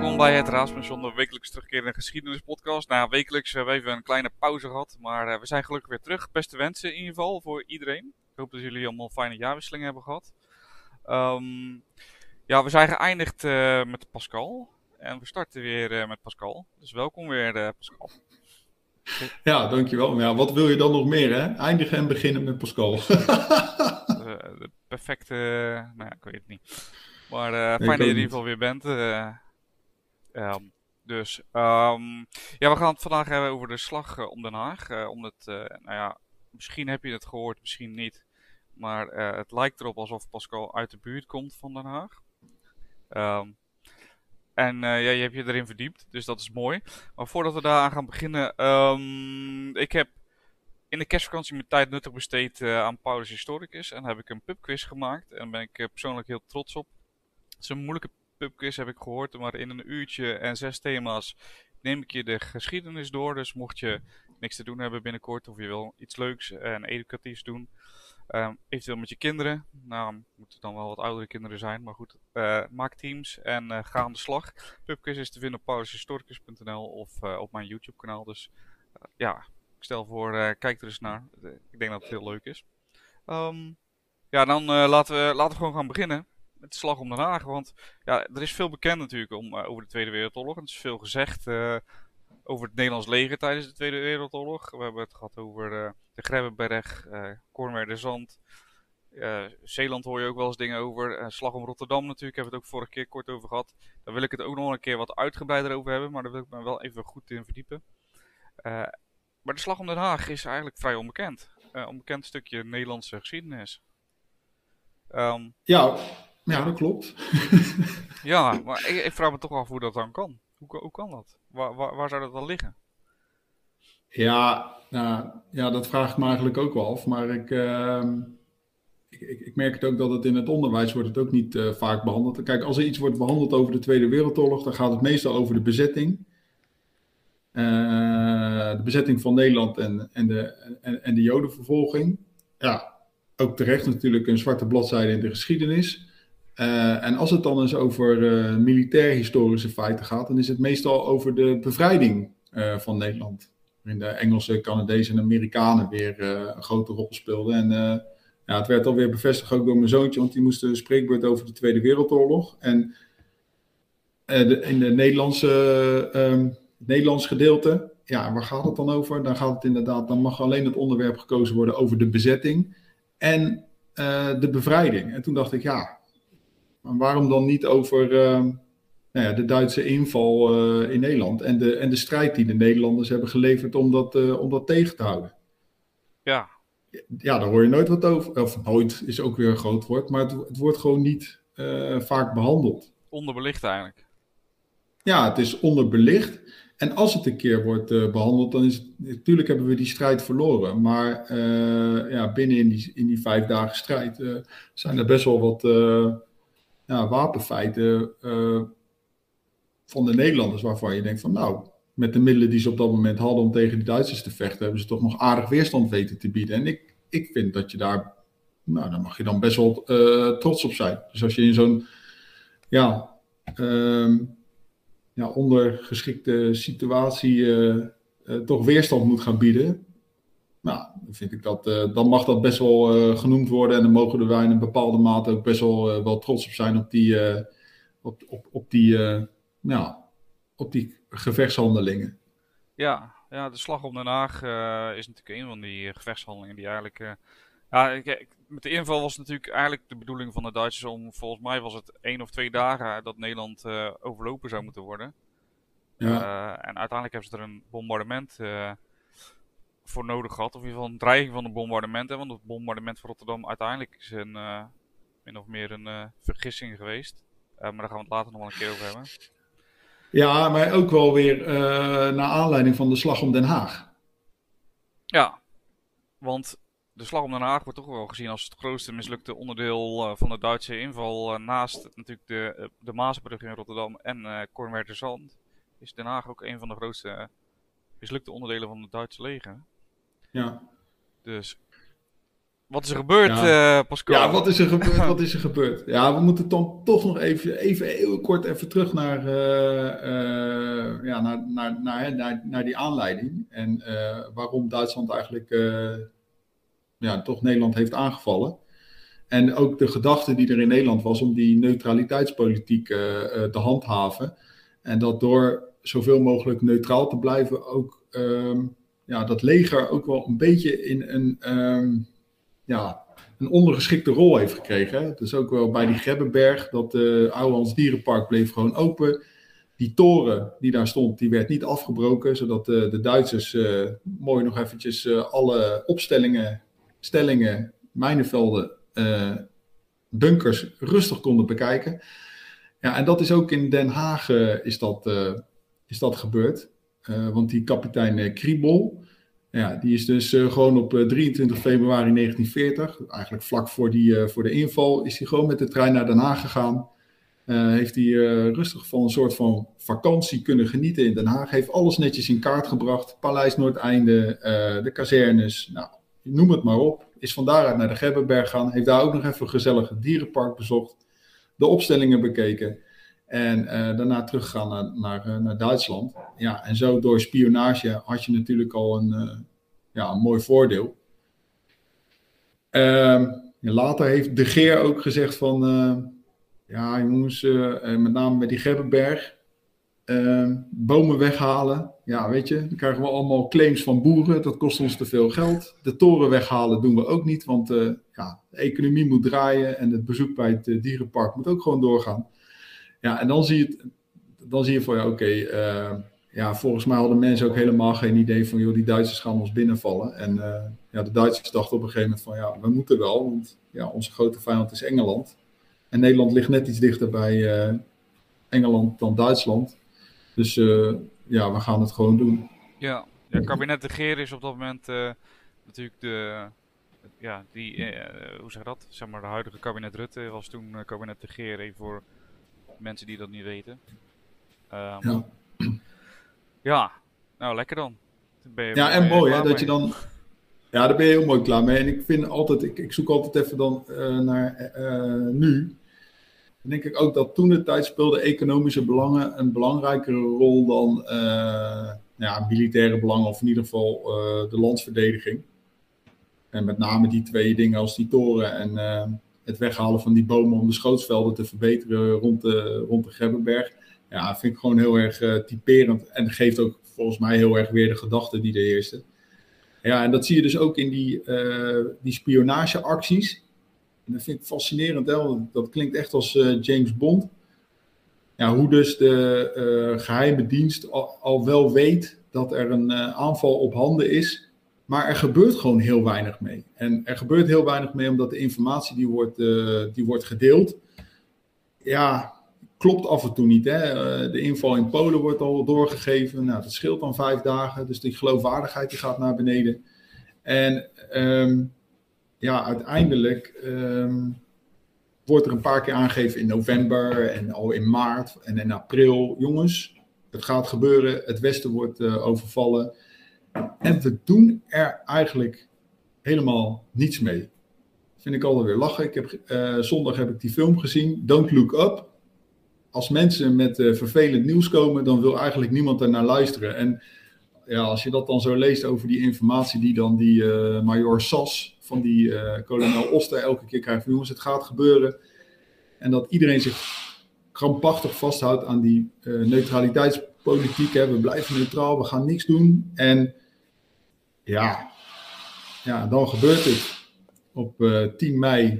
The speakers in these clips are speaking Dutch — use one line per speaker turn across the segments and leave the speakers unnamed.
Welkom bij het Raadspension, de wekelijks terugkerende geschiedenispodcast. Wekelijks hebben we even een kleine pauze gehad, maar we zijn gelukkig weer terug. Beste wensen in ieder geval voor iedereen. Ik hoop dat jullie allemaal fijne jaarwisselingen hebben gehad. We zijn geëindigd met Pascal en we starten weer met Pascal. Dus welkom weer Pascal.
Ja, dankjewel. Maar ja, wat wil je dan nog meer, hè? Eindigen en beginnen met Pascal.
De perfecte, ik weet het niet. Maar fijn dat je in ieder geval weer bent. We gaan het vandaag hebben over de slag om Den Haag. Misschien heb je het gehoord, misschien niet. Maar het lijkt erop alsof Pascal uit de buurt komt van Den Haag. Je hebt je erin verdiept, dus dat is mooi. Maar voordat we daaraan gaan beginnen, ik heb in de kerstvakantie mijn tijd nuttig besteed aan Paulus Historicus. En heb ik een pubquiz gemaakt. En daar ben ik persoonlijk heel trots op. Het is een moeilijke pubquiz, heb ik gehoord. Maar in een uurtje en 6 thema's neem ik je de geschiedenis door. Dus mocht je niks te doen hebben binnenkort, of je wil iets leuks en educatiefs doen. Eventueel met je kinderen. Nou, moeten dan wel wat oudere kinderen zijn. Maar goed, maak teams en ga aan de slag. Pubquiz is te vinden op paulushistoricus.nl of op mijn YouTube kanaal. Dus ik stel voor, kijk er eens naar. Ik denk dat het heel leuk is. Laten we gewoon gaan beginnen met de slag om Den Haag. Want ja, er is veel bekend natuurlijk over de Tweede Wereldoorlog. Er is veel gezegd over het Nederlands leger tijdens de Tweede Wereldoorlog. We hebben het gehad over de Grebbeberg, Kornwerderzand. Zeeland hoor je ook wel eens dingen over. Slag om Rotterdam natuurlijk, hebben we het ook vorige keer kort over gehad. Daar wil ik het ook nog een keer wat uitgebreider over hebben, maar daar wil ik me wel even goed in verdiepen. Maar de slag om Den Haag is eigenlijk vrij onbekend. Onbekend stukje Nederlandse geschiedenis.
Ja, dat klopt.
Ja, maar ik vraag me toch af hoe dat dan kan. Hoe kan dat? Waar zou dat dan liggen?
Ja, dat vraag ik me eigenlijk ook wel af. Maar ik merk het ook dat het in het onderwijs wordt het ook niet vaak behandeld. Kijk, als er iets wordt behandeld over de Tweede Wereldoorlog, dan gaat het meestal over de bezetting. De bezetting van Nederland en de Jodenvervolging. Ja, ook terecht natuurlijk een zwarte bladzijde in de geschiedenis. En als het dan eens over militair-historische feiten gaat, dan is het meestal over de bevrijding van Nederland. Waarin de Engelsen, Canadezen en Amerikanen weer een grote rol speelden. En het werd alweer bevestigd ook door mijn zoontje, want die moest een spreekbeurt over de Tweede Wereldoorlog. En in de Nederlands gedeelte, ja, waar gaat het dan over? Dan gaat het inderdaad, dan mag alleen het onderwerp gekozen worden over de bezetting en de bevrijding. En toen dacht ik, ja, maar waarom dan niet over de Duitse inval in Nederland en de strijd die de Nederlanders hebben geleverd om dat tegen te houden?
Ja.
Ja, daar hoor je nooit wat over. Of nooit is ook weer een groot woord, maar het wordt gewoon niet vaak behandeld.
Onderbelicht eigenlijk.
Ja, het is onderbelicht. En als het een keer wordt behandeld, dan is het... Natuurlijk hebben we die strijd verloren. Maar binnen in die 5 dagen strijd zijn er best wel wat wapenfeiten van de Nederlanders waarvan je denkt van nou, met de middelen die ze op dat moment hadden om tegen de Duitsers te vechten, hebben ze toch nog aardig weerstand weten te bieden. En ik vind dat je daar, daar mag je dan best wel trots op zijn. Dus als je in zo'n ondergeschikte situatie toch weerstand moet gaan bieden, nou, dan vind ik dat, dan mag dat best wel genoemd worden en dan mogen wij in een bepaalde mate ook best wel trots op zijn op die gevechtshandelingen.
Ja, de slag om Den Haag is natuurlijk een van die gevechtshandelingen die eigenlijk... met de inval was natuurlijk eigenlijk de bedoeling van de Duitsers om, volgens mij was het 1 of 2 dagen dat Nederland overlopen zou moeten worden.
Ja.
En uiteindelijk hebben ze er een bombardement voor nodig gehad, of in ieder geval een dreiging van een bombardement. Want het bombardement van Rotterdam uiteindelijk is min of meer een vergissing geweest. Maar daar gaan we het later nog wel een keer over hebben.
Ja, maar ook wel weer naar aanleiding van de slag om Den Haag.
Ja, want de slag om Den Haag wordt toch wel gezien als het grootste mislukte onderdeel van de Duitse inval. Naast natuurlijk de Maasbrug in Rotterdam en Kornwerderzand is Den Haag ook een van de grootste mislukte onderdelen van het Duitse leger.
Ja.
Dus Wat is er gebeurd,
Ja,
Pascal?
ja, wat is er gebeurd? Wat is er gebeurd? Ja, we moeten dan toch nog even heel kort even terug naar, ja, naar die aanleiding. En waarom Duitsland eigenlijk ja, toch Nederland heeft aangevallen. En ook de gedachte die er in Nederland was om die neutraliteitspolitiek te handhaven. En dat door zoveel mogelijk neutraal te blijven ook ja, dat leger ook wel een beetje in ja, een ondergeschikte rol heeft gekregen. Hè? Dus ook wel bij die Grebbeberg, dat Ouwehands Dierenpark bleef gewoon open. Die toren die daar stond, die werd niet afgebroken, zodat de Duitsers mooi nog eventjes alle opstellingen, stellingen, mijnenvelden, bunkers rustig konden bekijken. Ja, en dat is ook in Den Haag is dat gebeurd. Want die kapitein Kriebel, ja, die is dus gewoon op 23 februari 1940, eigenlijk vlak voor de inval, is hij gewoon met de trein naar Den Haag gegaan. Heeft hij rustig van een soort van vakantie kunnen genieten in Den Haag. Heeft alles netjes in kaart gebracht. Paleis Noordeinde, de kazernes, nou, noem het maar op. Is van daaruit naar de Grebbeberg gegaan. Heeft daar ook nog even een gezellig dierenpark bezocht. De opstellingen bekeken. En daarna teruggegaan naar Duitsland. Ja, en zo door spionage had je natuurlijk al een mooi voordeel. Later heeft De Geer ook gezegd van... ja, jongens, met name met die Grebbeberg, bomen weghalen. Ja, weet je, dan krijgen we allemaal claims van boeren. Dat kost ons te veel geld. De toren weghalen doen we ook niet, want ja, de economie moet draaien en het bezoek bij het dierenpark moet ook gewoon doorgaan. Ja, en dan zie je van, ja, oké, ja, volgens mij hadden mensen ook helemaal geen idee van, joh, die Duitsers gaan ons binnenvallen. En ja, de Duitsers dachten op een gegeven moment van, ja, we moeten wel, want ja, onze grote vijand is Engeland. En Nederland ligt net iets dichter bij Engeland dan Duitsland. Dus ja, we gaan het gewoon doen.
Ja, ja, kabinet De Geer is op dat moment natuurlijk hoe zeg je dat? Zeg maar, de huidige kabinet Rutte was toen kabinet De Geer, even voor mensen die dat niet weten.
Ja,
Ja, nou lekker dan. Ben je
ja, en mooi hè,
klaar
dat je
mee?
dan... Ja, daar ben je heel mooi klaar mee. En ik vind altijd, ik zoek altijd even dan naar nu. Dan denk ik ook dat toen de tijd speelden economische belangen een belangrijkere rol dan ja, militaire belangen, of in ieder geval de landsverdediging. En met name die twee dingen als die toren en het weghalen van die bomen om de schootsvelden te verbeteren rond de Grebbeberg. Ja, vind ik gewoon heel erg typerend. En geeft ook volgens mij heel erg weer de gedachte die er heerste. Ja, en dat zie je dus ook in die spionageacties. En dat vind ik fascinerend, hè? Want dat klinkt echt als James Bond. Ja, hoe dus de geheime dienst al wel weet dat er een aanval op handen is. Maar er gebeurt gewoon heel weinig mee. En er gebeurt heel weinig mee omdat de informatie die wordt gedeeld, ja, klopt af en toe niet. Hè? De inval in Polen wordt al doorgegeven. Nou, dat scheelt dan 5 dagen. Dus die geloofwaardigheid die gaat naar beneden. En ja, uiteindelijk wordt er een paar keer aangegeven in november en al in maart en in april. Jongens, het gaat gebeuren. Het Westen wordt overvallen. En we doen er eigenlijk helemaal niets mee. Vind ik altijd weer lachen. Zondag heb ik die film gezien, Don't Look Up. Als mensen met vervelend nieuws komen, dan wil eigenlijk niemand er naar luisteren. En ja, als je dat dan zo leest over die informatie die dan die Major Sas van die kolonel Oster elke keer krijgt. Van, jongens, het gaat gebeuren. En dat iedereen zich krampachtig vasthoudt aan die neutraliteitspolitiek. Hè. We blijven neutraal, we gaan niks doen. En ja, dan gebeurt het. Op 10 mei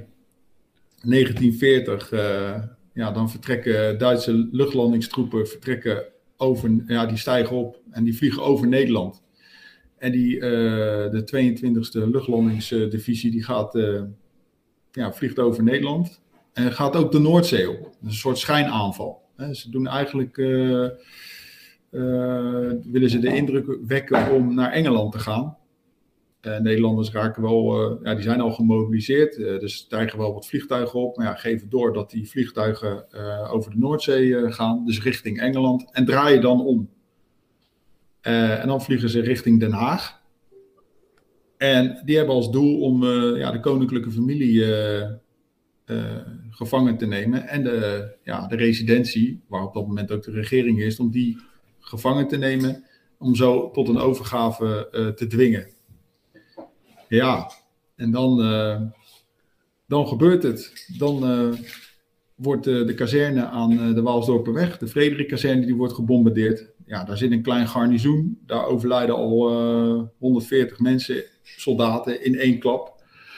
1940, ja, dan vertrekken Duitse luchtlandingstroepen die stijgen op en die vliegen over Nederland. En de 22e luchtlandingsdivisie die vliegt over Nederland en gaat ook de Noordzee op. Dat is een soort schijnaanval. Ze doen eigenlijk, willen ze de indruk wekken om naar Engeland te gaan. Nederlanders raken wel, die zijn al gemobiliseerd, dus stijgen wel wat vliegtuigen op, maar ja, geven door dat die vliegtuigen over de Noordzee gaan, dus richting Engeland, en draaien dan om. En dan vliegen ze richting Den Haag. En die hebben als doel om de koninklijke familie gevangen te nemen. En de residentie, waar op dat moment ook de regering is, om die gevangen te nemen. Om zo tot een overgave te dwingen. Ja, en dan gebeurt het. Dan wordt de kazerne aan de Waalsdorperweg, de Frederik-kazerne, die wordt gebombardeerd. Ja, daar zit een klein garnizoen. Daar overlijden al 140 mensen, soldaten, in één klap.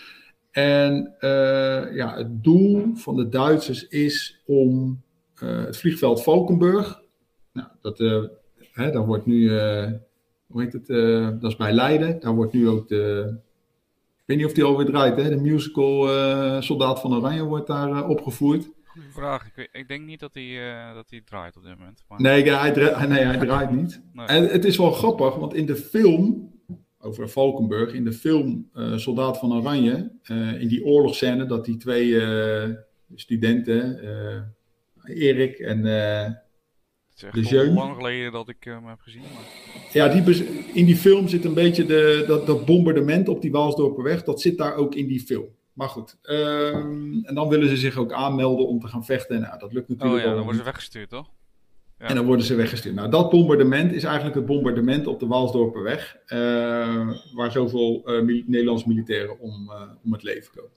En het doel van de Duitsers is om het vliegveld Valkenburg. Nou, daar wordt nu, hoe heet het? Dat is bij Leiden. Daar wordt nu ook ik weet niet of die alweer draait, hè? De musical Soldaat van Oranje wordt daar opgevoerd.
Goeie vraag. Ik denk niet dat hij draait op dit moment. Maar...
Nee, hij draait niet.
Nee.
En het is wel grappig, want in de film over Valkenburg, in de film Soldaat van Oranje, in die oorlogsscène dat die twee studenten, Erik en
Het
de
is echt
Jeun.
al lang geleden dat ik hem heb gezien. Maar...
Ja, in die film zit een beetje dat bombardement op die Waalsdorperweg, dat zit daar ook in die film. Maar goed, en dan willen ze zich ook aanmelden om te gaan vechten. Nou, dat lukt natuurlijk
dan worden ze weggestuurd, toch? Ja.
En dan worden ze weggestuurd. Nou, dat bombardement is eigenlijk het bombardement op de Waalsdorperweg, waar zoveel Nederlandse militairen om het leven komen.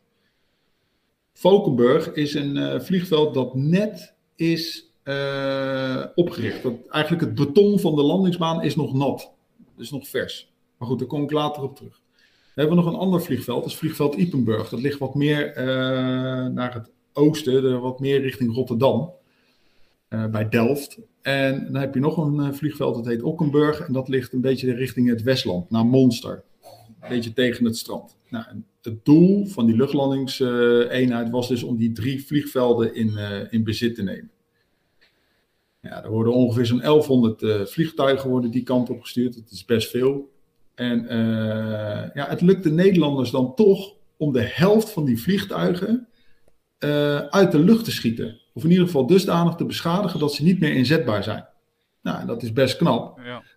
Valkenburg is een vliegveld dat net is opgericht. Eigenlijk het beton van de landingsbaan is nog nat. Dus nog vers. Maar goed, daar kom ik later op terug. We hebben nog een ander vliegveld, dat is vliegveld Ypenburg. Dat ligt wat meer naar het oosten, wat meer richting Rotterdam. Bij Delft. En dan heb je nog een vliegveld, dat heet Okkenburg. En dat ligt een beetje richting het Westland, naar Monster. Een beetje tegen het strand. Nou, het doel van die luchtlandingseenheid was dus om die 3 vliegvelden in bezit te nemen. Ja, er worden ongeveer zo'n 1100 vliegtuigen worden die kant op gestuurd. Dat is best veel. En het lukt de Nederlanders dan toch om de helft van die vliegtuigen uit de lucht te schieten. Of in ieder geval dusdanig te beschadigen dat ze niet meer inzetbaar zijn. Nou, dat is best knap.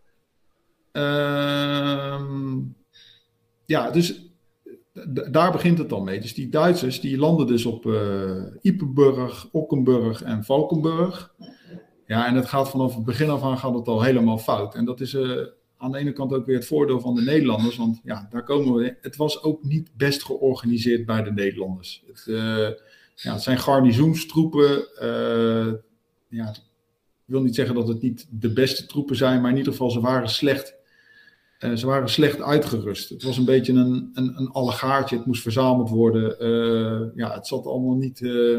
Ja.
Dus daar begint het dan mee. Dus die Duitsers die landen dus op Ypenburg, Okkenburg en Valkenburg. Ja, en het gaat vanaf het begin af aan gaat het al helemaal fout. En dat is aan de ene kant ook weer het voordeel van de Nederlanders. Want ja, daar komen we. Het was ook niet best georganiseerd bij de Nederlanders. Het zijn garnizoenstroepen. Ik wil niet zeggen dat het niet de beste troepen zijn, maar in ieder geval ze waren slecht uitgerust. Het was een beetje een allegaartje. Het moest verzameld worden. Het zat allemaal niet.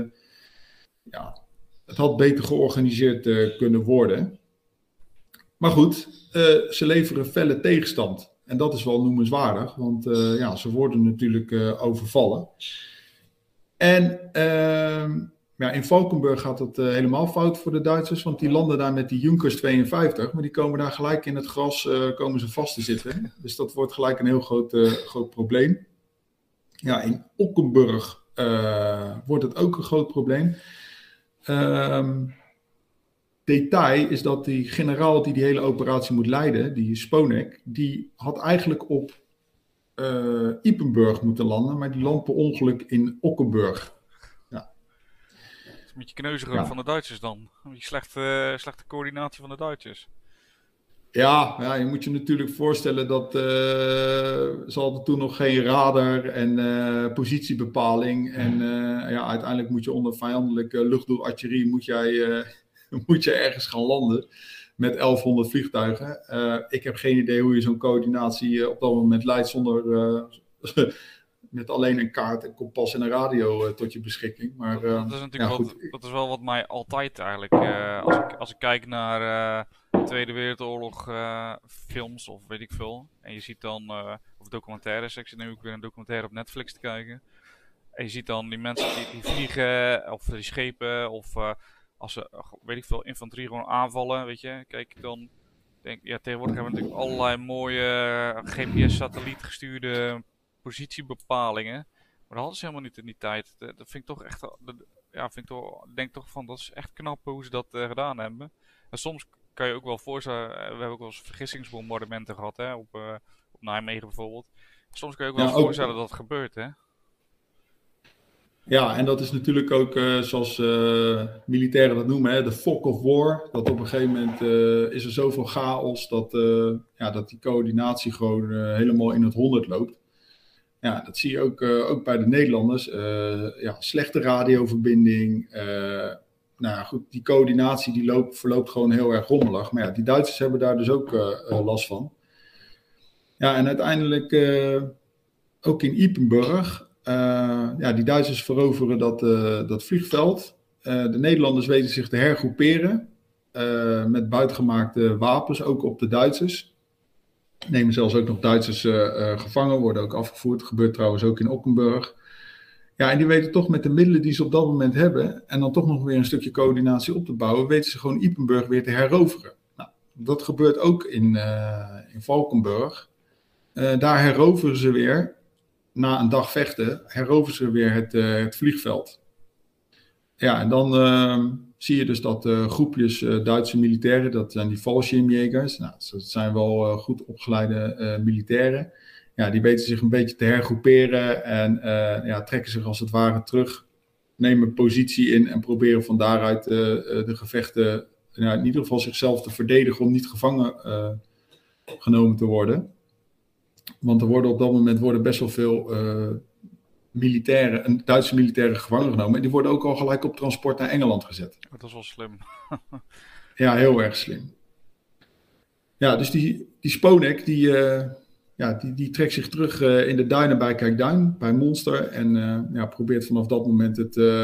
Het had beter georganiseerd kunnen worden. Maar goed, ze leveren felle tegenstand. En dat is wel noemenswaardig, want ze worden natuurlijk overvallen. En in Valkenburg gaat het helemaal fout voor de Duitsers, want die landen daar met die Junkers 52, maar die komen daar gelijk in het gras komen ze vast te zitten. Dus dat wordt gelijk een heel groot probleem. Ja, in Okkenburg wordt het ook een groot probleem. Detail is dat die generaal die hele operatie moet leiden, die Sponek, die had eigenlijk op Ypenburg moeten landen, maar die landt per ongeluk in Okkenburg. Ja.
Dat is een beetje kneuzerig van de Duitsers dan. Een beetje slechte coördinatie van de Duitsers.
Ja, je moet je natuurlijk voorstellen dat ze hadden toen nog geen radar en positiebepaling. En uiteindelijk moet je onder vijandelijke luchtdoelartillerie moet je ergens gaan landen met 1100 vliegtuigen. Ik heb geen idee hoe je zo'n coördinatie op dat moment leidt zonder met alleen een kaart, een kompas en een radio tot je beschikking. Maar,
dat is natuurlijk dat is wel wat mij altijd eigenlijk, als ik kijk naar Tweede Wereldoorlog films of weet ik veel. En je ziet dan, of documentaires, ik zit nu ook weer een documentaire op Netflix te kijken. En je ziet dan die mensen die vliegen, of die schepen, of als ze, weet ik veel, infanterie gewoon aanvallen, weet je. Kijk, dan tegenwoordig hebben we natuurlijk allerlei mooie GPS-satelliet gestuurde positiebepalingen. Maar dat hadden ze helemaal niet in die tijd. Dat vind ik toch echt, ik denk toch van, dat is echt knap hoe ze dat gedaan hebben. En soms kan je ook wel voorstellen, we hebben ook wel eens vergissingsbombardementen gehad, hè, op Nijmegen bijvoorbeeld. Soms kun je ook wel
Ja,
voorstellen dat het gebeurt, hè?
ja, en dat is natuurlijk ook zoals militairen dat noemen, hè, de fog of war. Dat op een gegeven moment is er zoveel chaos dat die coördinatie gewoon helemaal in het honderd loopt. Ja, dat zie je ook bij de Nederlanders. Slechte radioverbinding. Nou ja, goed, die coördinatie verloopt gewoon heel erg rommelig. Maar ja, die Duitsers hebben daar dus ook last van. Ja, en uiteindelijk ook in Ypenburg. Die Duitsers veroveren dat vliegveld. De Nederlanders weten zich te hergroeperen. Met buitengemaakte wapens, ook op de Duitsers. Nemen zelfs ook nog Duitsers gevangen, worden ook afgevoerd. Dat gebeurt trouwens ook in Ockenburg. Ja, en die weten toch met de middelen die ze op dat moment hebben, en dan toch nog weer een stukje coördinatie op te bouwen, weten ze gewoon Ypenburg weer te heroveren. Nou, dat gebeurt ook in Valkenburg. Daar heroveren ze weer, na een dag vechten, heroveren ze weer het vliegveld. Ja, en dan zie je dus dat groepjes Duitse militairen, dat zijn die Fallschirmjägers. Nou, dat zijn wel goed opgeleide militairen. Ja, die weten zich een beetje te hergroeperen en trekken zich als het ware terug, nemen positie in en proberen van daaruit de gevechten, in ieder geval zichzelf te verdedigen om niet gevangen genomen te worden. Want er worden op dat moment best wel veel Duitse militairen gevangen genomen. En die worden ook al gelijk op transport naar Engeland gezet.
Dat is wel slim.
Ja, heel erg slim. Ja, dus die Sponek, die trekt zich terug in de duinen bij Kijkduin, bij Monster. En probeert vanaf dat moment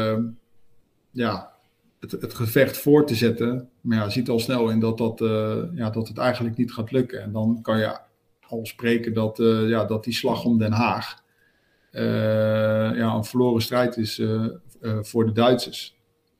het gevecht voor te zetten. Maar ja, ziet al snel in dat het eigenlijk niet gaat lukken. En dan kan je al spreken dat die slag om Den Haag een verloren strijd is voor de Duitsers.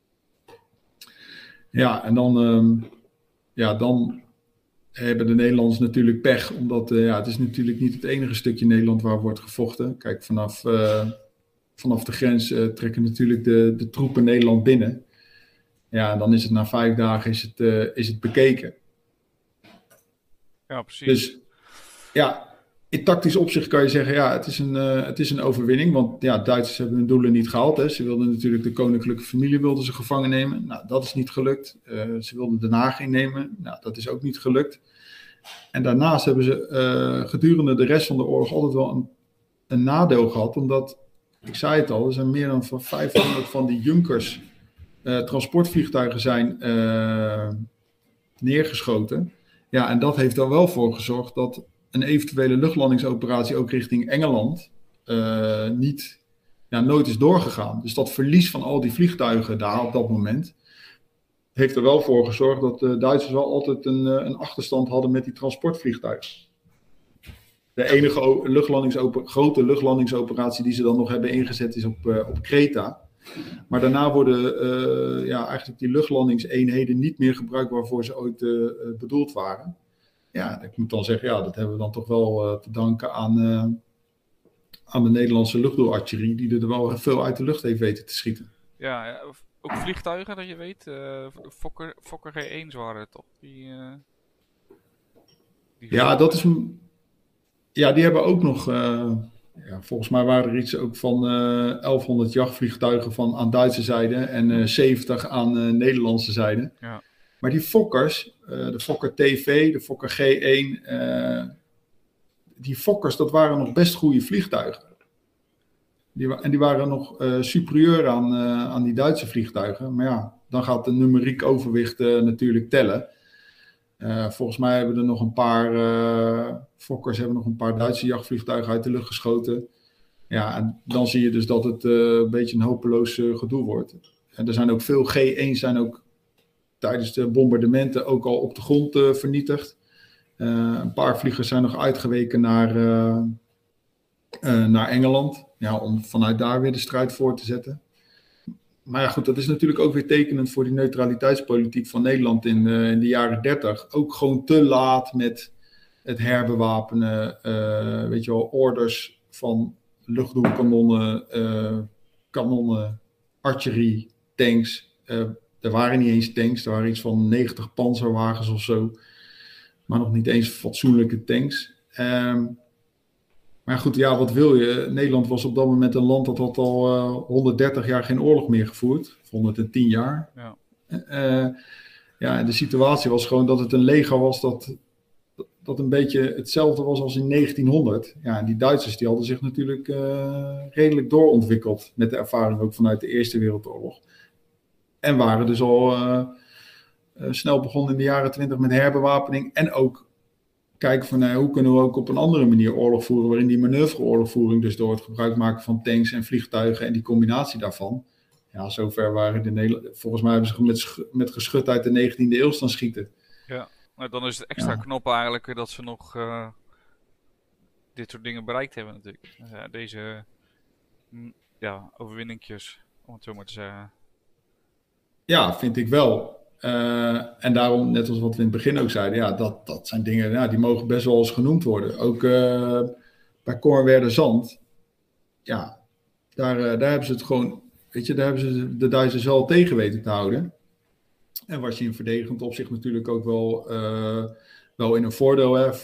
Ja, en dan hebben de Nederlanders natuurlijk pech, omdat het is natuurlijk niet het enige stukje Nederland waar wordt gevochten. Kijk, vanaf de grens trekken natuurlijk de troepen Nederland binnen. Ja, en dan is het na 5 dagen is het bekeken.
Ja, precies.
Dus ja, in tactisch opzicht kan je zeggen, het is een overwinning. Want Duitsers hebben hun doelen niet gehaald. Hè. Ze wilden natuurlijk de koninklijke familie gevangen nemen. Nou, dat is niet gelukt. Ze wilden Den Haag innemen. Nou, dat is ook niet gelukt. En daarnaast hebben ze gedurende de rest van de oorlog altijd wel een nadeel gehad. Omdat, ik zei het al, er zijn meer dan 500 van die Junkers transportvliegtuigen zijn neergeschoten. Ja, en dat heeft er wel voor gezorgd dat een eventuele luchtlandingsoperatie ook richting Engeland nooit is doorgegaan. Dus dat verlies van al die vliegtuigen daar op dat moment heeft er wel voor gezorgd dat de Duitsers wel altijd een achterstand hadden met die transportvliegtuigen. De enige grote luchtlandingsoperatie die ze dan nog hebben ingezet is op Kreta. Maar daarna worden eigenlijk die luchtlandingseenheden niet meer gebruikt waarvoor ze ooit bedoeld waren. Ja, ik moet dan zeggen, dat hebben we dan toch wel te danken aan de Nederlandse luchtdoelartillerie, die er wel veel uit de lucht heeft weten te schieten.
Ja, ook vliegtuigen, dat je weet. Fokker G1's waren het toch?
Die hebben ook nog, volgens mij waren er iets ook van 1100 jachtvliegtuigen aan Duitse zijde en 70 aan Nederlandse zijde.
Ja.
Maar die Fokkers, de Fokker TV, de Fokker G1, die Fokkers, dat waren nog best goede vliegtuigen. Die waren nog superieur aan die Duitse vliegtuigen. Maar ja, dan gaat de numeriek overwicht natuurlijk tellen. Volgens mij hebben er nog een paar Fokkers hebben nog een paar Duitse jachtvliegtuigen uit de lucht geschoten. Ja, en dan zie je dus dat het een beetje een hopeloos gedoe wordt. En er zijn ook veel G1's zijn ook tijdens de bombardementen ook al op de grond vernietigd. Een paar vliegers zijn nog uitgeweken naar Engeland. Ja, om vanuit daar weer de strijd voor te zetten. Maar ja, goed, dat is natuurlijk ook weer tekenend voor die neutraliteitspolitiek van Nederland in de jaren 30. Ook gewoon te laat met het herbewapenen. Orders van luchtdoelkanonnen, kanonnen, artillerie, tanks. Er waren niet eens tanks, er waren iets van 90 panzerwagens of zo. Maar nog niet eens fatsoenlijke tanks. Maar goed, ja, wat wil je? Nederland was op dat moment een land dat had al 130 jaar geen oorlog meer gevoerd. Of 110 jaar.
Ja.
Ja, en de situatie was gewoon dat het een leger was dat een beetje hetzelfde was als in 1900. Ja, en die Duitsers die hadden zich natuurlijk redelijk doorontwikkeld met de ervaring ook vanuit de Eerste Wereldoorlog. En waren dus al snel begonnen in de jaren 20 met herbewapening en ook kijken van hoe kunnen we ook op een andere manier oorlog voeren, waarin die manoeuvreoorlogvoering, dus door het gebruik maken van tanks en vliegtuigen en die combinatie daarvan. Ja, zover waren de Nederlanders. Volgens mij hebben ze met geschut uit de 19e eeuw staan schieten.
Ja, maar dan is het extra knop eigenlijk dat ze nog dit soort dingen bereikt hebben natuurlijk. Deze overwinningjes, om het zo maar te zeggen.
Ja, vind ik wel. En daarom, net als wat we in het begin ook zeiden, ja, dat zijn dingen die mogen best wel eens genoemd worden. Ook bij Kornwerderzand, ja, daar hebben ze het gewoon, weet je, daar hebben ze de Duitsers wel tegen weten te houden. En was je in verdedigend opzicht natuurlijk ook wel in een voordeel, hè,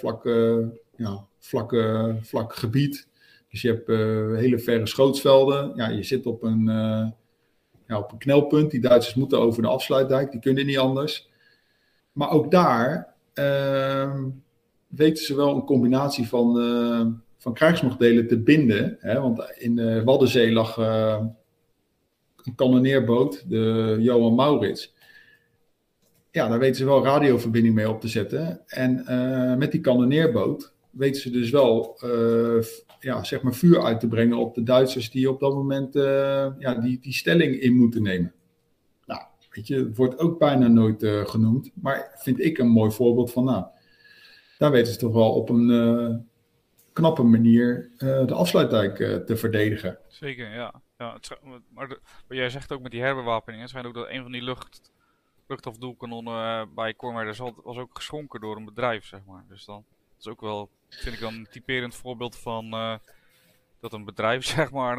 vlak gebied. Dus je hebt hele verre schootsvelden. Ja, je zit op een knelpunt. Die Duitsers moeten over de afsluitdijk. Die kunnen niet anders. Maar ook daar weten ze wel een combinatie van krijgsmachtdelen te binden. Hè? Want in de Waddenzee lag een kanonneerboot, de Johan Maurits. Ja, daar weten ze wel radioverbinding mee op te zetten. En met die kanonneerboot weten ze dus wel zeg maar vuur uit te brengen op de Duitsers die op dat moment die stelling in moeten nemen. Nou, weet je, het wordt ook bijna nooit genoemd. Maar vind ik een mooi voorbeeld van, daar weten ze toch wel op een knappe manier de afsluitdijk te verdedigen.
Zeker, ja. Maar wat jij zegt ook met die herbewapening, het schijnt ook dat een van die luchtafdoelkanonnen bij Kornwerderzand was ook geschonken door een bedrijf, zeg maar. Dus dan dat is ook wel, vind ik dan een typerend voorbeeld van dat een bedrijf, zeg maar,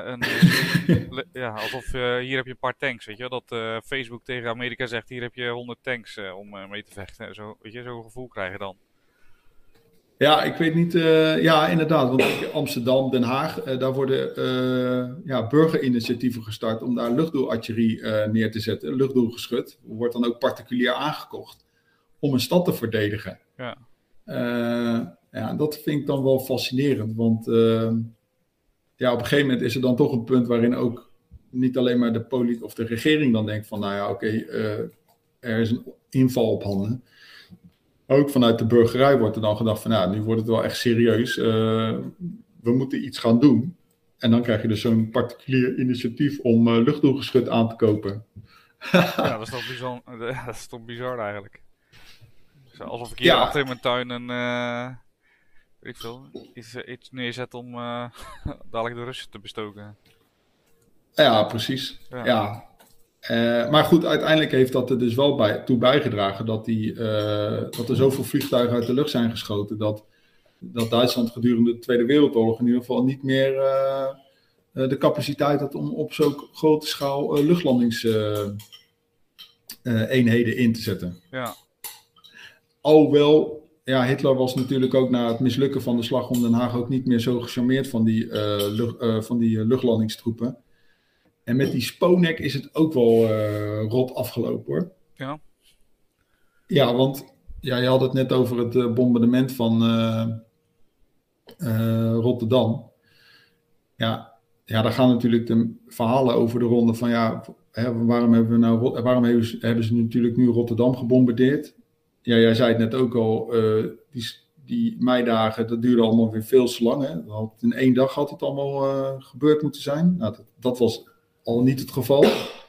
alsof hier heb je een paar tanks, weet je, dat Facebook tegen Amerika zegt, hier heb je 100 tanks om mee te vechten. Zo, weet je, zo'n gevoel krijg je dan.
Ja, ik weet niet. Ja, inderdaad. Want Amsterdam, Den Haag, daar worden burgerinitiatieven gestart om daar luchtdoelartillerie neer te zetten. Luchtdoelgeschut. Wordt dan ook particulier aangekocht om een stad te verdedigen.
Ja.
Dat vind ik dan wel fascinerend. Want op een gegeven moment is er dan toch een punt waarin ook niet alleen maar de politie of de regering dan denkt van, er is een inval op handen. Ook vanuit de burgerij wordt er dan gedacht van, nu wordt het wel echt serieus. We moeten iets gaan doen. En dan krijg je dus zo'n particulier initiatief om luchtdoelgeschut aan te kopen.
Ja, dat is toch bizar eigenlijk. Dus alsof ik hier achter in mijn tuin iets neerzet om dadelijk de Russen te bestoken.
Ja, precies. Ja. Maar goed, uiteindelijk heeft dat er dus wel toe bijgedragen dat er zoveel vliegtuigen uit de lucht zijn geschoten dat Duitsland gedurende de Tweede Wereldoorlog in ieder geval niet meer de capaciteit had om op zo'n grote schaal luchtlandingseenheden in te zetten.
Ja.
Alhoewel, Hitler was natuurlijk ook na het mislukken van de slag om Den Haag ook niet meer zo gecharmeerd van die luchtlandingstroepen. En met die Sponek is het ook wel rot afgelopen, hoor.
Ja.
Ja, want je had het net over het bombardement van Rotterdam. Ja, daar gaan natuurlijk de verhalen over de ronde van waarom hebben ze natuurlijk nu Rotterdam gebombardeerd? Ja, jij zei het net ook al, die meidagen, dat duurde allemaal weer veel te lang. Hè? In 1 dag had het allemaal gebeurd moeten zijn. Nou, dat was al niet het geval.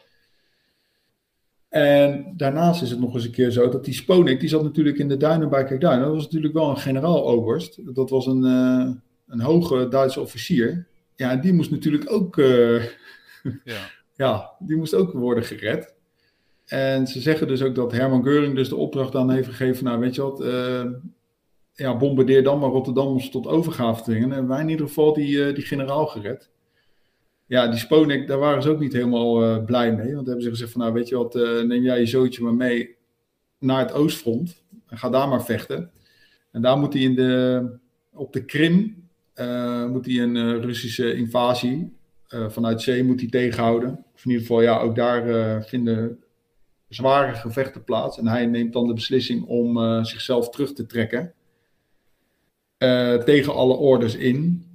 En daarnaast is het nog eens een keer zo dat die Sponek, die zat natuurlijk in de duinen bij Kijkduin. Dat was natuurlijk wel een generaal-oberst. Dat was een hoge Duitse officier. Ja, en die moest natuurlijk ook die moest ook worden gered. En ze zeggen dus ook dat Hermann Göring dus de opdracht aan heeft gegeven, weet je wat, bombardeer dan maar Rotterdam om ze tot overgave te dwingen. En wij in ieder geval die generaal gered. Ja, die Sponek, daar waren ze ook niet helemaal blij mee. Want dan hebben ze gezegd van, weet je wat, neem jij je zootje maar mee naar het oostfront. En ga daar maar vechten. En daar moet hij op de Krim, moet hij een Russische invasie vanuit zee moet hij tegenhouden. Of in ieder geval, ja, ook daar vinden zware gevechten plaats. En hij neemt dan de beslissing om zichzelf terug te trekken. Tegen alle orders in.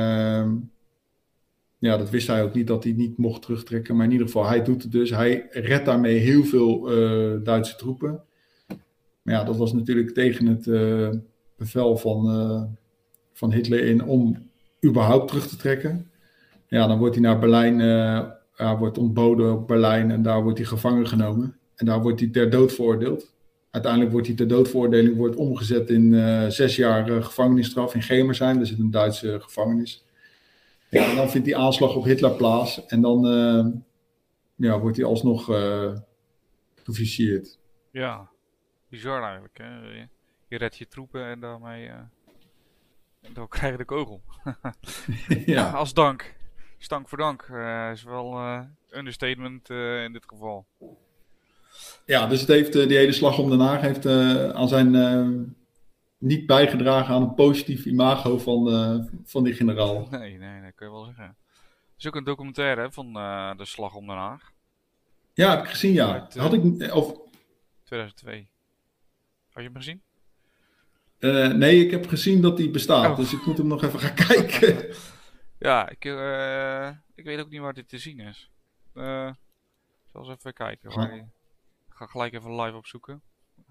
Ja, dat wist hij ook niet, dat hij niet mocht terugtrekken. Maar in ieder geval, hij doet het dus. Hij redt daarmee heel veel Duitse troepen. Maar ja, dat was natuurlijk tegen het bevel van Hitler in om überhaupt terug te trekken. Ja, dan wordt hij naar Berlijn, wordt ontboden op Berlijn en daar wordt hij gevangen genomen. En daar wordt hij ter dood veroordeeld. Uiteindelijk wordt hij ter doodveroordeling omgezet in 6 jaar gevangenisstraf in Gemersheim. Dat is een Duitse gevangenis. Ja, en dan vindt die aanslag op Hitler plaats. En dan wordt hij alsnog gefusilleerd.
Ja, bizar eigenlijk. Hè? Je redt je troepen en daarmee dan krijg je de kogel.
Ja.
Als dank. Stank voor dank. Is wel understatement in dit geval.
Ja, dus het heeft, die hele slag om Den Haag heeft aan zijn niet bijgedragen aan een positief imago van die generaal.
Nee, kun je wel zeggen. Er is ook een documentaire hè, van de slag om Den Haag.
Ja, heb ik gezien, ja.
Uit, 2002. Had je hem gezien?
Nee, ik heb gezien dat die bestaat,
Oh.
dus ik moet hem nog even gaan kijken.
Ja, ik weet ook niet waar dit te zien is. Ik zal eens even kijken. Ik ga gelijk even live opzoeken.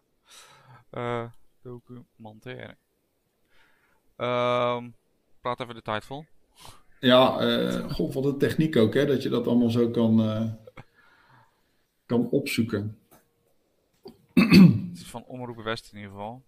Documentaire. Praat even de tijd vol.
Ja, god, wat een techniek ook, hè, dat je dat allemaal zo kan opzoeken.
Het is van Omroep West in ieder geval.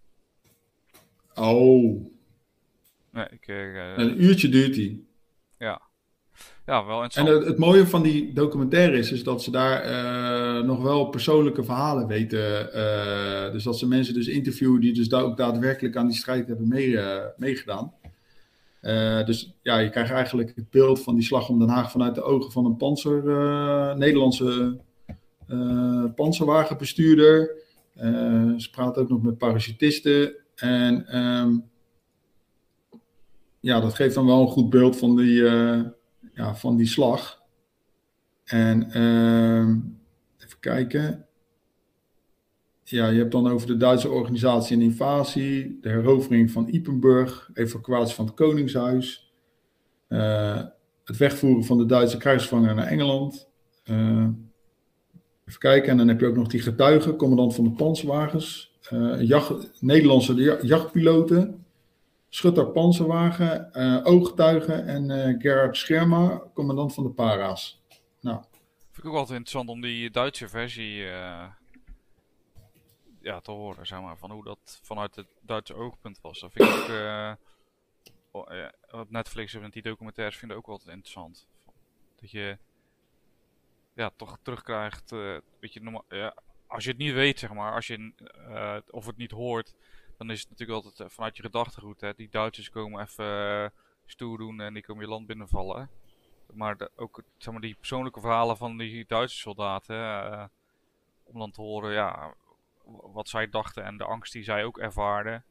Oh.
Nee,
Een uurtje duurt die.
Ja, wel
En
interessant.
het mooie van die documentaire is dat ze daar nog wel persoonlijke verhalen weten. Dus dat ze mensen dus interviewen die dus ook daadwerkelijk aan die strijd hebben meegedaan. Dus ja, je krijgt eigenlijk het beeld van die slag om Den Haag vanuit de ogen van een Nederlandse panzerwagenbestuurder. Ze praten ook nog met parachutisten. En ja, dat geeft dan wel een goed beeld van die slag. En even kijken. Ja, je hebt dan over de Duitse organisatie en invasie, de herovering van Ypenburg, evacuatie van het Koningshuis, het wegvoeren van de Duitse krijgsgevangenen naar Engeland. Even kijken, en dan heb je ook nog die getuigen, commandant van de panzerwagens, Nederlandse jachtpiloten, Schutter panzerwagen, ooggetuigen en Gerhard Schermer, commandant van de Para's. Nou,
Vind ik ook altijd interessant om die Duitse versie te horen, zeg maar, van hoe dat vanuit het Duitse oogpunt was. Dat vind ik ook, op Netflix en die documentaires vind ik ook altijd interessant. Dat je toch terugkrijgt, weet je, als je het niet weet, zeg maar, of het niet hoort, dan is het natuurlijk altijd vanuit je gedachtegoed, hè. Die Duitsers komen even stoer doen en die komen je land binnenvallen. Maar ook zeg maar, die persoonlijke verhalen van die Duitse soldaten, om dan te horen, ja, wat zij dachten en de angst die zij ook ervaarden.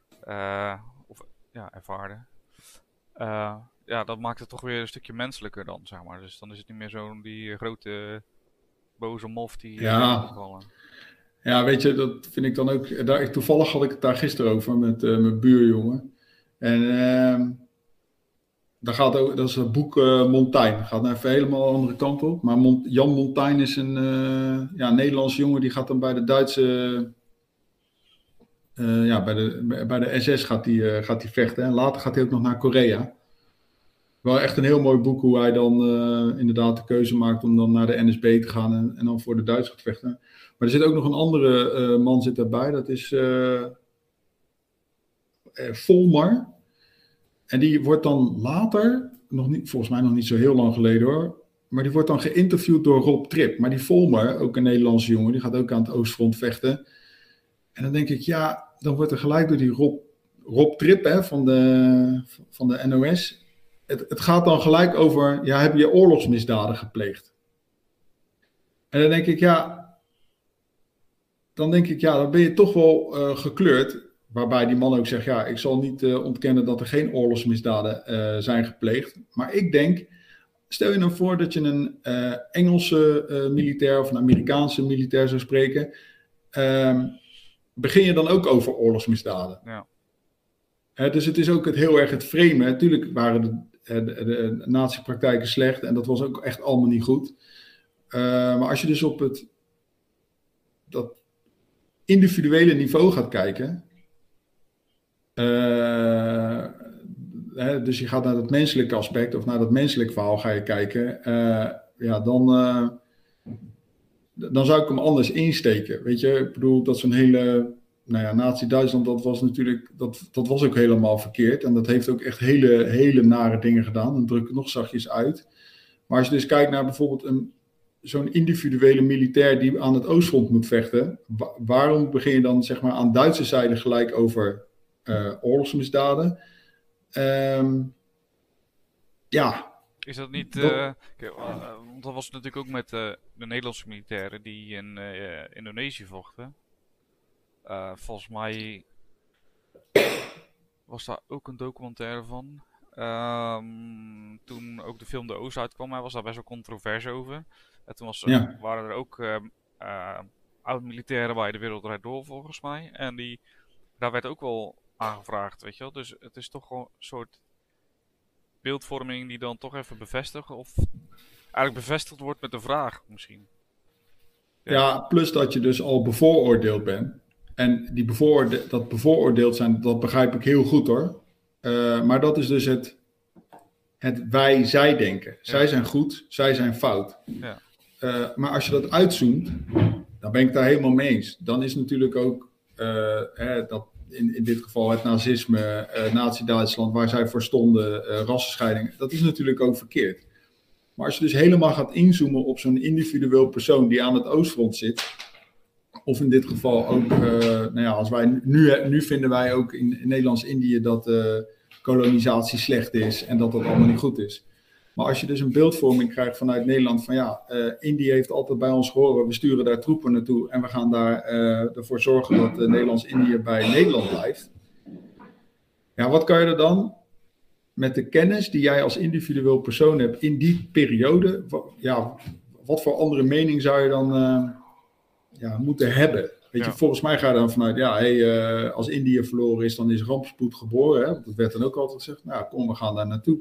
Ervaarden. Ja, dat maakt het toch weer een stukje menselijker dan, zeg maar. Dus dan is het niet meer zo'n die grote boze mof die binnenvallen.
Ja, weet je, dat vind ik dan ook. Toevallig had ik het daar gisteren over met mijn buurjongen. En dat is het boek Montaigne. Dat gaat even helemaal een andere kant op. Maar Jan Montaigne is een Nederlandse jongen die gaat dan bij de Duitse. Bij de SS gaat hij vechten. En later gaat hij ook nog naar Korea. Wel echt een heel mooi boek hoe hij dan inderdaad de keuze maakt om dan naar de NSB te gaan en dan voor de Duitsers te vechten. Maar er zit ook nog een andere man zit daarbij. Dat is Volmar. En die wordt dan later, volgens mij nog niet zo heel lang geleden hoor, maar die wordt dan geïnterviewd door Rob Trip. Maar die Volmar, ook een Nederlandse jongen, die gaat ook aan het Oostfront vechten. En dan denk ik, ja, dan wordt er gelijk door die Rob Trip van de NOS. Het gaat dan gelijk over, ja, heb je oorlogsmisdaden gepleegd? En dan denk ik, ja, dan ben je toch wel gekleurd. waarbij die man ook zegt, ja, ik zal niet ontkennen dat er geen oorlogsmisdaden zijn gepleegd. Maar ik denk, stel je nou voor dat je een Engelse militair of een Amerikaanse militair zou spreken. Begin je dan ook over oorlogsmisdaden?
Ja.
Dus het is ook heel erg het framen. Natuurlijk waren de nazi-praktijken slecht en dat was ook echt allemaal niet goed. Maar als je dus op dat individuele niveau gaat kijken. Dus je gaat naar dat menselijke aspect of naar dat menselijk verhaal ga je kijken. Dan zou ik hem anders insteken. Weet je, ik bedoel, dat zo'n hele Nazi-Duitsland, dat was natuurlijk, dat was ook helemaal verkeerd. En dat heeft ook echt hele nare dingen gedaan. Dan druk ik het nog zachtjes uit. Maar als je dus kijkt naar bijvoorbeeld zo'n individuele militair die aan het Oostfront moet vechten. Waarom begin je dan zeg maar aan Duitse zijde gelijk over oorlogsmisdaden?
Is dat niet... want dat was natuurlijk ook met de Nederlandse militairen die in Indonesië vochten. Volgens mij was daar ook een documentaire van. Toen ook de film De Oost uitkwam, was daar best wel controverse over. En toen waren er ook oud-militairen bij de Wereld Draait Door, volgens mij. En daar werd ook wel aangevraagd, weet je wel. Dus het is toch gewoon een soort beeldvorming die dan toch even bevestigt. Of eigenlijk bevestigd wordt met de vraag, misschien.
Ja, plus dat je dus al bevooroordeeld bent. En dat bevooroordeeld zijn, dat begrijp ik heel goed hoor. Maar dat is dus het wij-zij denken. Zij zijn goed, zij zijn fout.
Ja.
Maar als je dat uitzoomt, dan ben ik daar helemaal mee eens. Dan is natuurlijk ook dat in dit geval het nazisme, Nazi-Duitsland, waar zij voor stonden, rassenscheiding, dat is natuurlijk ook verkeerd. Maar als je dus helemaal gaat inzoomen op zo'n individueel persoon die aan het Oostfront zit, of in dit geval ook, als wij nu vinden wij ook in Nederlands-Indië dat kolonisatie slecht is en dat allemaal niet goed is. Maar als je dus een beeldvorming krijgt vanuit Nederland van Indië heeft altijd bij ons gehoord, we sturen daar troepen naartoe en we gaan daar ervoor zorgen dat Nederlands-Indië bij Nederland blijft. Ja, wat kan je er dan met de kennis die jij als individueel persoon hebt in die periode, wat voor andere mening zou je dan moeten hebben? Weet je, volgens mij ga je dan vanuit, als Indië verloren is, dan is rampspoed geboren. Hè? Want dat werd dan ook altijd gezegd, nou kom, we gaan daar naartoe.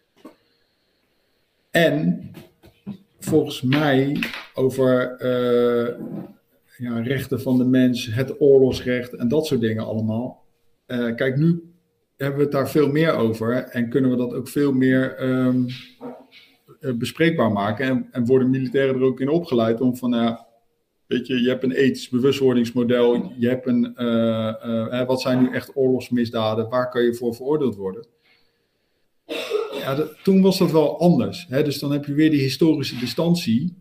En volgens mij over rechten van de mens, het oorlogsrecht en dat soort dingen allemaal. Kijk, nu hebben we het daar veel meer over en kunnen we dat ook veel meer bespreekbaar maken. En worden militairen er ook in opgeleid om van, weet je hebt een ethisch bewustwordingsmodel, je hebt wat zijn nu echt oorlogsmisdaden, waar kan je voor veroordeeld worden? Ja, toen was dat wel anders. Hè? Dus dan heb je weer die historische distantie.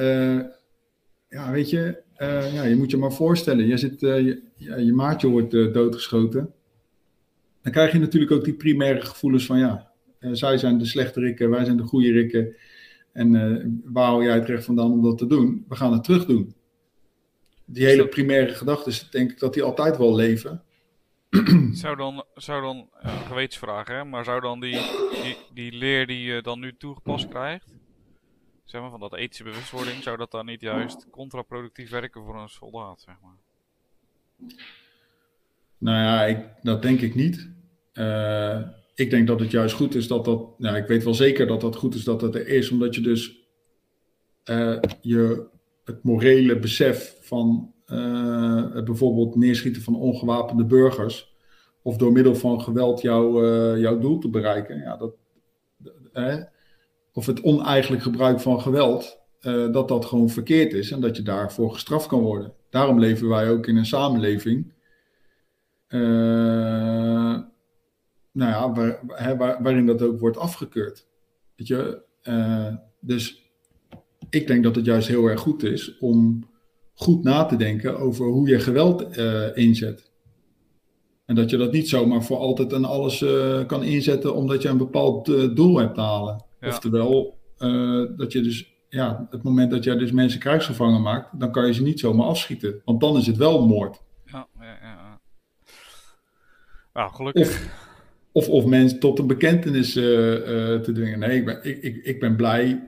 Weet je, je moet je maar voorstellen. Je maatje wordt doodgeschoten. Dan krijg je natuurlijk ook die primaire gevoelens van zij zijn de slechte rikken, wij zijn de goede rikken. En waar hou jij het recht vandaan om dat te doen? We gaan het terug doen. Die hele primaire gedachten, denk ik dat die altijd wel leven.
Zou dan gewetensvraag, hè? Maar zou dan die leer die je dan nu toegepast krijgt, zeg maar, van dat ethische bewustwording, zou dat dan niet juist contraproductief werken voor een soldaat, zeg maar?
Nou ja, dat denk ik niet. Ik denk dat het juist goed is ik weet wel zeker dat dat goed is dat dat er is, omdat je dus het morele besef van het bijvoorbeeld neerschieten van ongewapende burgers of door middel van geweld jouw doel te bereiken, of het oneigenlijk gebruik van geweld, dat gewoon verkeerd is en dat je daarvoor gestraft kan worden. Daarom leven wij ook in een samenleving waarin dat ook wordt afgekeurd. Weet je? Dus ik denk dat het juist heel erg goed is om goed na te denken over hoe je geweld inzet. En dat je dat niet zomaar voor altijd en alles kan inzetten omdat je een bepaald doel hebt te halen. Ja. Oftewel, dat je dus, het moment dat jij dus mensen krijgsgevangen maakt, dan kan je ze niet zomaar afschieten. Want dan is het wel moord.
Ja. Nou, gelukkig.
Of, of mensen tot een bekentenis te dwingen. Nee, ik ben blij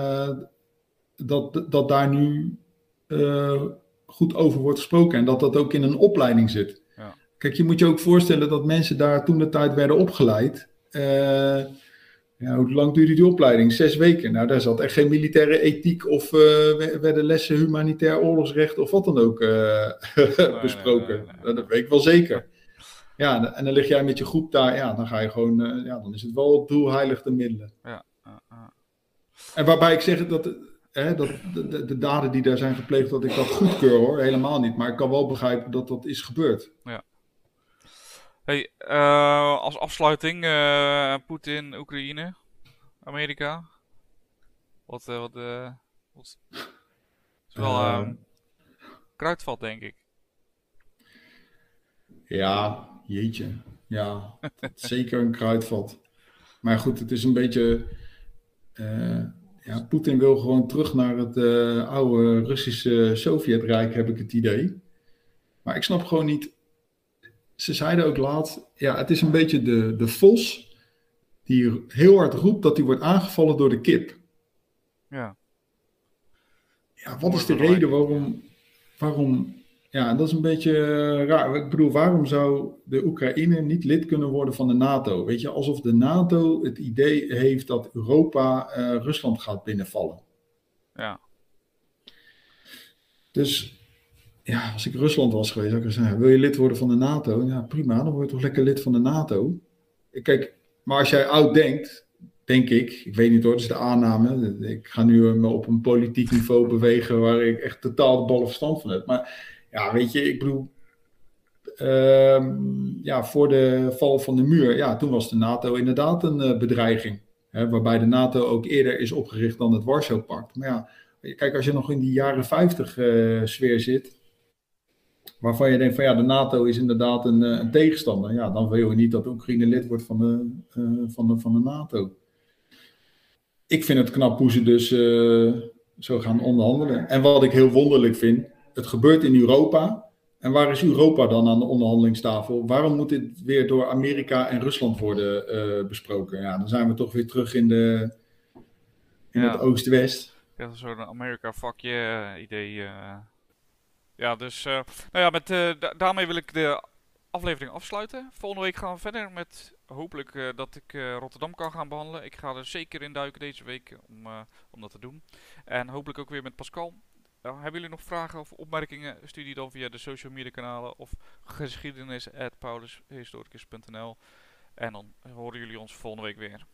dat daar nu goed over wordt gesproken. En dat dat ook in een opleiding zit.
Ja.
Kijk, je moet je ook voorstellen dat mensen daar toen de tijd werden opgeleid. Ja, hoe lang duurde die opleiding? 6 weken. Nou, daar zat echt geen militaire ethiek of werden lessen humanitair oorlogsrecht of wat dan ook besproken.
Nee.
Dat weet ik wel zeker. Ja, en dan lig jij met je groep daar, ja, dan ga je gewoon, ja, dan is het wel het doel heilig de middelen.
Ja.
En waarbij ik zeg dat de daden die daar zijn gepleegd, dat ik dat goedkeur hoor, helemaal niet. Maar ik kan wel begrijpen dat dat is gebeurd.
Ja. Hey, als afsluiting, Poetin, Oekraïne, Amerika. Wat is wel kruidvat, denk ik.
Ja, jeetje. Ja, zeker een kruidvat. Maar goed, het is een beetje. Ja, Poetin wil gewoon terug naar het oude Russische Sovjetrijk, heb ik het idee. Maar ik snap gewoon niet. Ze zeiden ook laat. Ja, het is een beetje de vos die heel hard roept dat hij wordt aangevallen door de kip.
Ja.
Ja, wat is de reden waarom. Ja, dat is een beetje raar. Ik bedoel, waarom zou de Oekraïne niet lid kunnen worden van de NATO? Weet je, alsof de NATO het idee heeft dat Europa Rusland gaat binnenvallen.
Ja.
Dus ja, als ik Rusland was geweest, zou ik zeggen, wil je lid worden van de NATO? Ja, prima, dan word je toch lekker lid van de NATO. Kijk, maar als jij oud denkt, denk ik weet niet hoor, dat is de aanname. Ik ga nu me op een politiek niveau bewegen waar ik echt totaal de ballen verstand van heb. Maar ja, weet je, ik bedoel, ja, voor de val van de muur, ja, toen was de NATO inderdaad een bedreiging. Hè, waarbij de NATO ook eerder is opgericht dan het Warschau-pact. Maar ja, kijk, als je nog in die jaren 50 sfeer zit, waarvan je denkt van ja, de NATO is inderdaad een tegenstander. Ja, dan wil je niet dat Oekraïne lid wordt van de NATO. Ik vind het knap hoe ze dus zo gaan onderhandelen. En wat ik heel wonderlijk vind, het gebeurt in Europa. En waar is Europa dan aan de onderhandelingstafel? Waarom moet dit weer door Amerika en Rusland worden besproken? Ja, dan zijn we toch weer terug in het Oost-West.
Ja, zo'n America fuck yeah idee. Ja, dus nou ja, daarmee wil ik de aflevering afsluiten. Volgende week gaan we verder met hopelijk dat ik Rotterdam kan gaan behandelen. Ik ga er zeker in duiken deze week om dat te doen. En hopelijk ook weer met Pascal. Hebben jullie nog vragen of opmerkingen? Stuur die dan via de social media kanalen of geschiedenis@paulushistoricus.nl. En dan horen jullie ons volgende week weer.